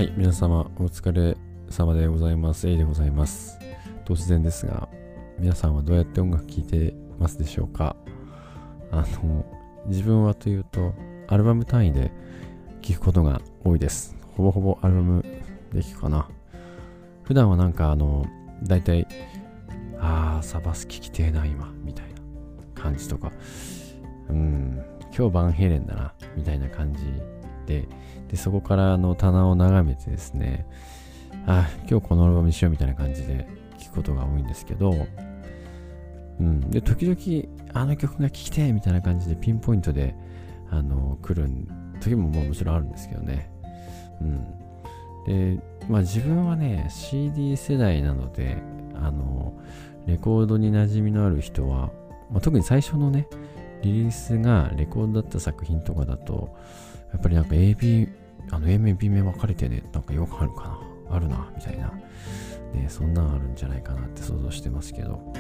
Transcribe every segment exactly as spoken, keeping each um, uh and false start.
はい、皆様お疲れ様でございます。エイでございます。突然ですが、皆さんはどうやって音楽聴いてますでしょうか？あの、自分はというと、アルバム単位で聴くことが多いです。ほぼほぼアルバムで聴くかな。普段はなんかあの、だいたい、あー、サバス聴きてえな、今、みたいな感じとか、うん、今日バンヘイレンだな、みたいな感じで、でそこからあの棚を眺めてですね、あ、今日このアルバムにしようみたいな感じで聴くことが多いんですけど、うん、で時々あの曲が聴きてえみたいな感じでピンポイントであの来る時ももうもちろんあるんですけどね、うん、でまあ自分はね シーディー 世代なので、あのレコードに馴染みのある人は、まあ、特に最初のねリリースがレコードだった作品とかだとやっぱりなんか エービー あの A 面 B 面分かれてね、なんかよくあるかなあるなみたいな、ね、そんなんあるんじゃないかなって想像してますけど、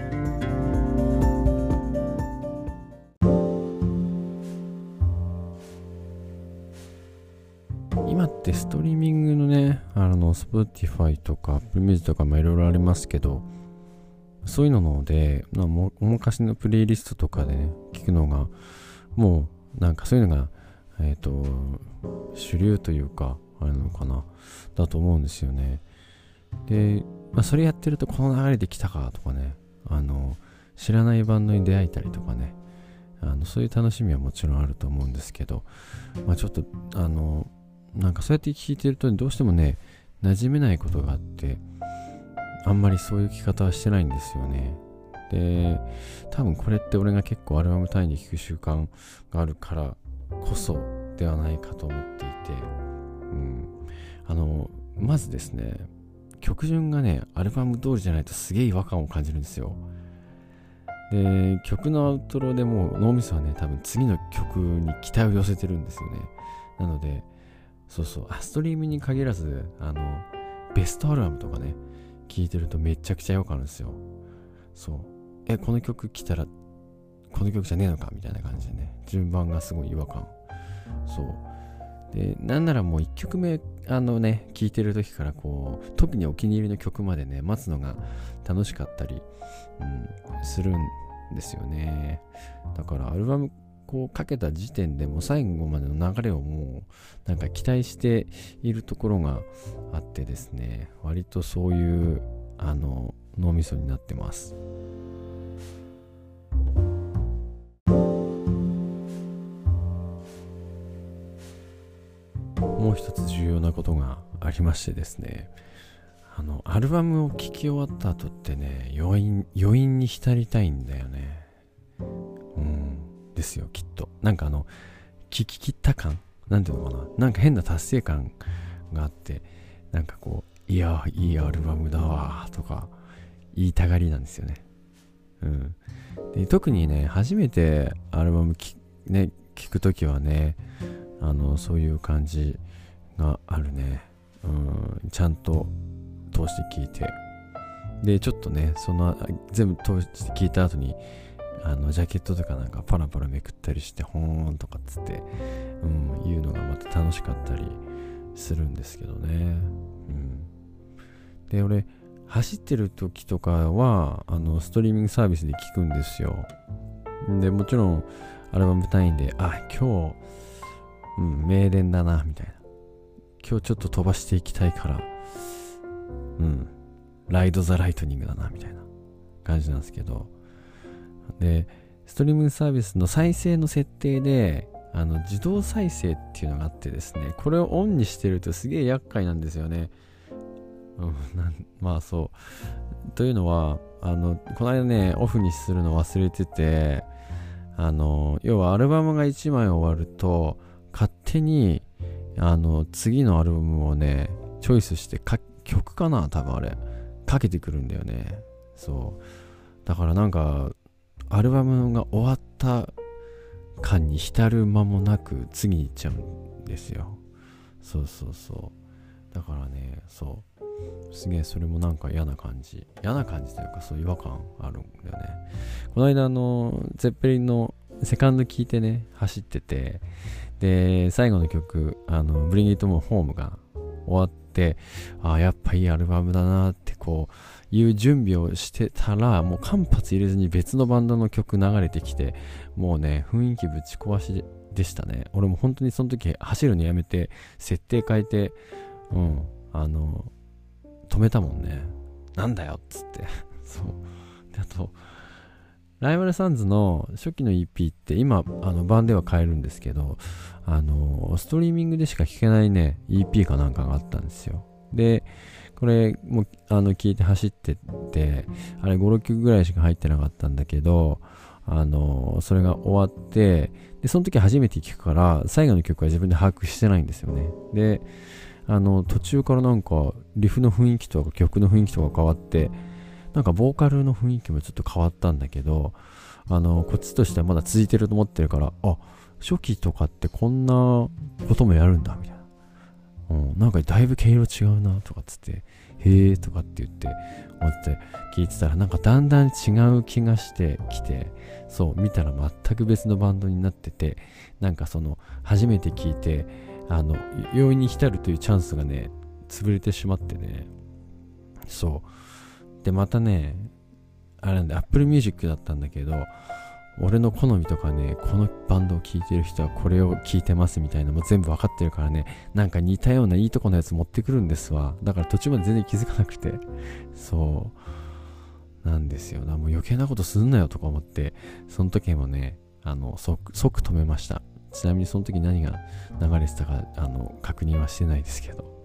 今ってストリーミングのね、あの Spotify とか Apple Music とかもいろいろありますけど、そういうのでもう昔のプレイリストとかでね聞くのがもうなんかそういうのがえっと主流というかあれなのかなだと思うんですよね。で、まあ、それやってるとこの流れで来たかとかね、あの知らないバンドに出会えたりとかね、あのそういう楽しみはもちろんあると思うんですけど、まあ、ちょっとあのなんかそうやって聞いてるとどうしてもね馴染めないことがあって、あんまりそういう聞き方はしてないんですよね。で、多分これって俺が結構アルバム単位で聴く習慣があるからこそではないかと思っていて、うん、あのまずですね、曲順がねアルバム通りじゃないとすげえ違和感を感じるんですよ。で、曲のアウトロでもう脳みそはね多分次の曲に期待を寄せてるんですよね。なのでそうそう、ストリームに限らずあのベストアルバムとかね聴いてるとめちゃくちゃ違和感あるんですよ。そう、えこの曲来たらこの曲じゃねえのかみたいな感じでね、順番がすごい違和感。そうで、なんならもういっきょくめあのね聴いてる時からこう特にお気に入りの曲までね待つのが楽しかったり、うん、するんですよね。だからアルバムこうかけた時点でもう最後までの流れをもうなんか期待しているところがあってですね、割とそういうあの脳みそになってます。もう一つ重要なことがありましてですね、あのアルバムを聴き終わった後ってね余韻余韻に浸りたいんだよね。うんですよ、きっと。なんかあの聴き切った感なんていうのかな、なんか変な達成感があって、なんかこういやいいアルバムだわとか言いたがりなんですよね。うん。で特にね初めてアルバムきね聴くときはね、あのそういう感じがあるね。うん、ちゃんと通して聞いて、でちょっとねその全部通して聞いた後にあのジャケットとかなんかパラパラめくったりしてほーんとかっつって、うん、いうのがまた楽しかったりするんですけどね。うん、で俺走ってる時とかはあのストリーミングサービスで聞くんですよ。でもちろんアルバム単位であ今日、うん、名電だなみたいな、今日ちょっと飛ばしていきたいからうんライドザライトニングだなみたいな感じなんですけど、でストリーミングサービスの再生の設定であの自動再生っていうのがあってですね、これをオンにしてるとすげえ厄介なんですよね。うん、なんまあそうというのはあのこの間ねオフにするの忘れてて、あの要はアルバムがいちまい終わると勝手にあの次のアルバムをねチョイスしてか曲かな多分あれかけてくるんだよね。そうだからなんかアルバムが終わった感に浸る間もなく次に行っちゃうんですよ。そうそうそう、だからねそうすげえそれもなんか嫌な感じ嫌な感じというかそう違和感あるんだよね。この間あのゼッペリンのセカンド聴いてね走ってて、で最後の曲あのブリンギットもホームが終わって、ああやっぱいいアルバムだなってこういう準備をしてたら、もう間髪入れずに別のバンドの曲流れてきて、もうね雰囲気ぶち壊しでしたね。俺も本当にその時走るのやめて設定変えて、うんあの止めたもんね。なんだよっつってそうで、あとライバルサンズの初期の イーピー って今あの版では買えるんですけど、あのストリーミングでしか聴けないね イーピー かなんかがあったんですよ。でこれもあの聞いて走ってってあれご、ろっきょくぐらいしか入ってなかったんだけど、あのそれが終わって、でその時初めて聴くから最後の曲は自分で把握してないんですよね。であの途中からなんかリフの雰囲気とか曲の雰囲気とか変わって、なんかボーカルの雰囲気もちょっと変わったんだけど、あのこっちとしてはまだ続いてると思ってるから、あ初期とかってこんなこともやるんだみたいな、うん、なんかだいぶ毛色違うなとかっつって、へーとかって言って思って聞いてたら、なんかだんだん違う気がしてきて、そう見たら全く別のバンドになってて、なんかその初めて聞いてあの容易に浸るというチャンスがね潰れてしまってね、そうでまたねあれなんで Apple Music だったんだけど、俺の好みとかね、このバンドを聴いてる人はこれを聴いてますみたいなのも全部わかってるからね、なんか似たようないいとこのやつ持ってくるんですわ。だから途中まで全然気づかなくて、そうなんですよ。だからもう余計なことすんなよとか思って、その時もねあの 即, 即止めました。ちなみにその時何が流れてたかあの確認はしてないですけど。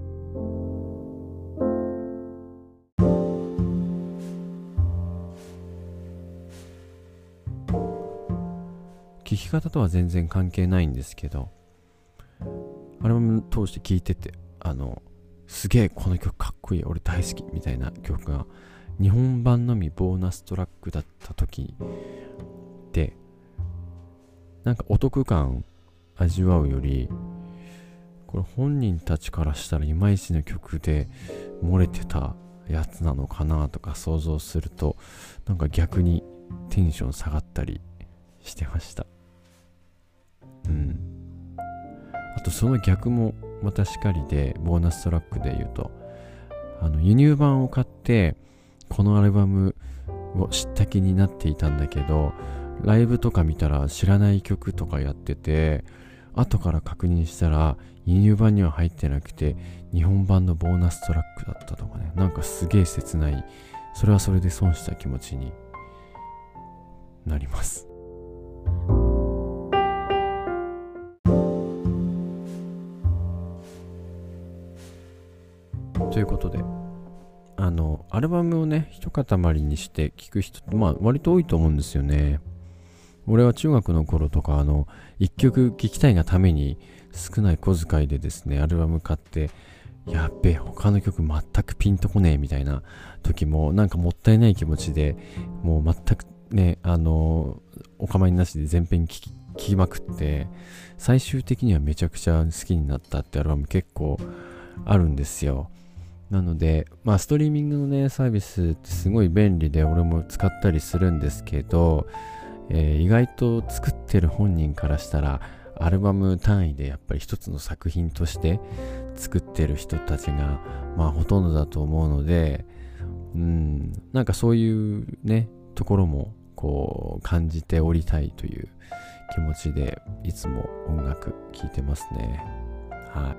聴き方とは全然関係ないんですけど、アルバム通して聴いてて、あのすげえこの曲かっこいい俺大好きみたいな曲が日本版のみボーナストラックだった時で、なんかお得感味わうより、これ本人たちからしたらいまいちの曲で漏れてたやつなのかなとか想像すると、なんか逆にテンション下がったりしてました。うん。あとその逆もまたしかりで、ボーナストラックで言うと、あの輸入版を買ってこのアルバムを知った気になっていたんだけど、ライブとか見たら知らない曲とかやってて、後から確認したら輸入版には入ってなくて日本版のボーナストラックだったとかね、なんかすげえ切ない、それはそれで損した気持ちになります。ということで、あのアルバムをね一塊にして聴く人ってまあ割と多いと思うんですよね。俺は中学の頃とかあの一曲聴きたいがために少ない小遣いでですねアルバム買って、やっべえ他の曲全くピンとこねえみたいな時もなんかもったいない気持ちで、もう全くねあのお構いなしで全編聴き聴きまくって、最終的にはめちゃくちゃ好きになったってアルバム結構あるんですよ。なのでまあストリーミングのねサービスってすごい便利で俺も使ったりするんですけど、えー、意外と作ってる本人からしたらアルバム単位でやっぱり一つの作品として作ってる人たちがまあほとんどだと思うので、うんなんかそういうねところもこう感じておりたいという気持ちでいつも音楽聴いてますね。はい。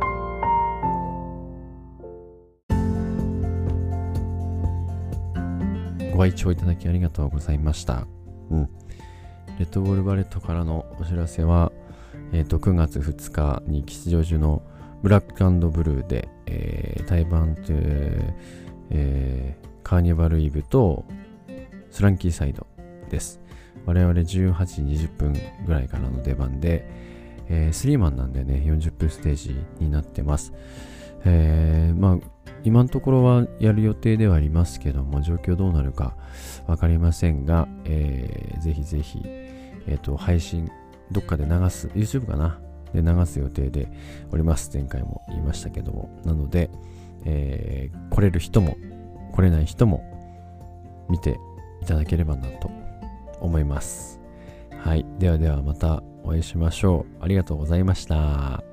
ご愛聴いただきありがとうございました。うん。レッドボールバレットからのお知らせは、えっと、くがつふつかに吉祥寺のブラック&ブルーで、えー、対バンと、えー、カーニバルイブとスランキーサイドです。我々じゅうはちじにじゅっぷんぐらいからの出番で、えー、スリーマンなんでね、よんじゅっぷんステージになってます。えー、まあ、今のところはやる予定ではありますけども、状況どうなるかわかりませんが、えー、ぜひぜひ、えっと、配信、どっかで流す、YouTube かなで流す予定でおります。前回も言いましたけども。なので、えー、来れる人も、来れない人も、見ていただければなと思います。はい。ではではまたお会いしましょう。ありがとうございました。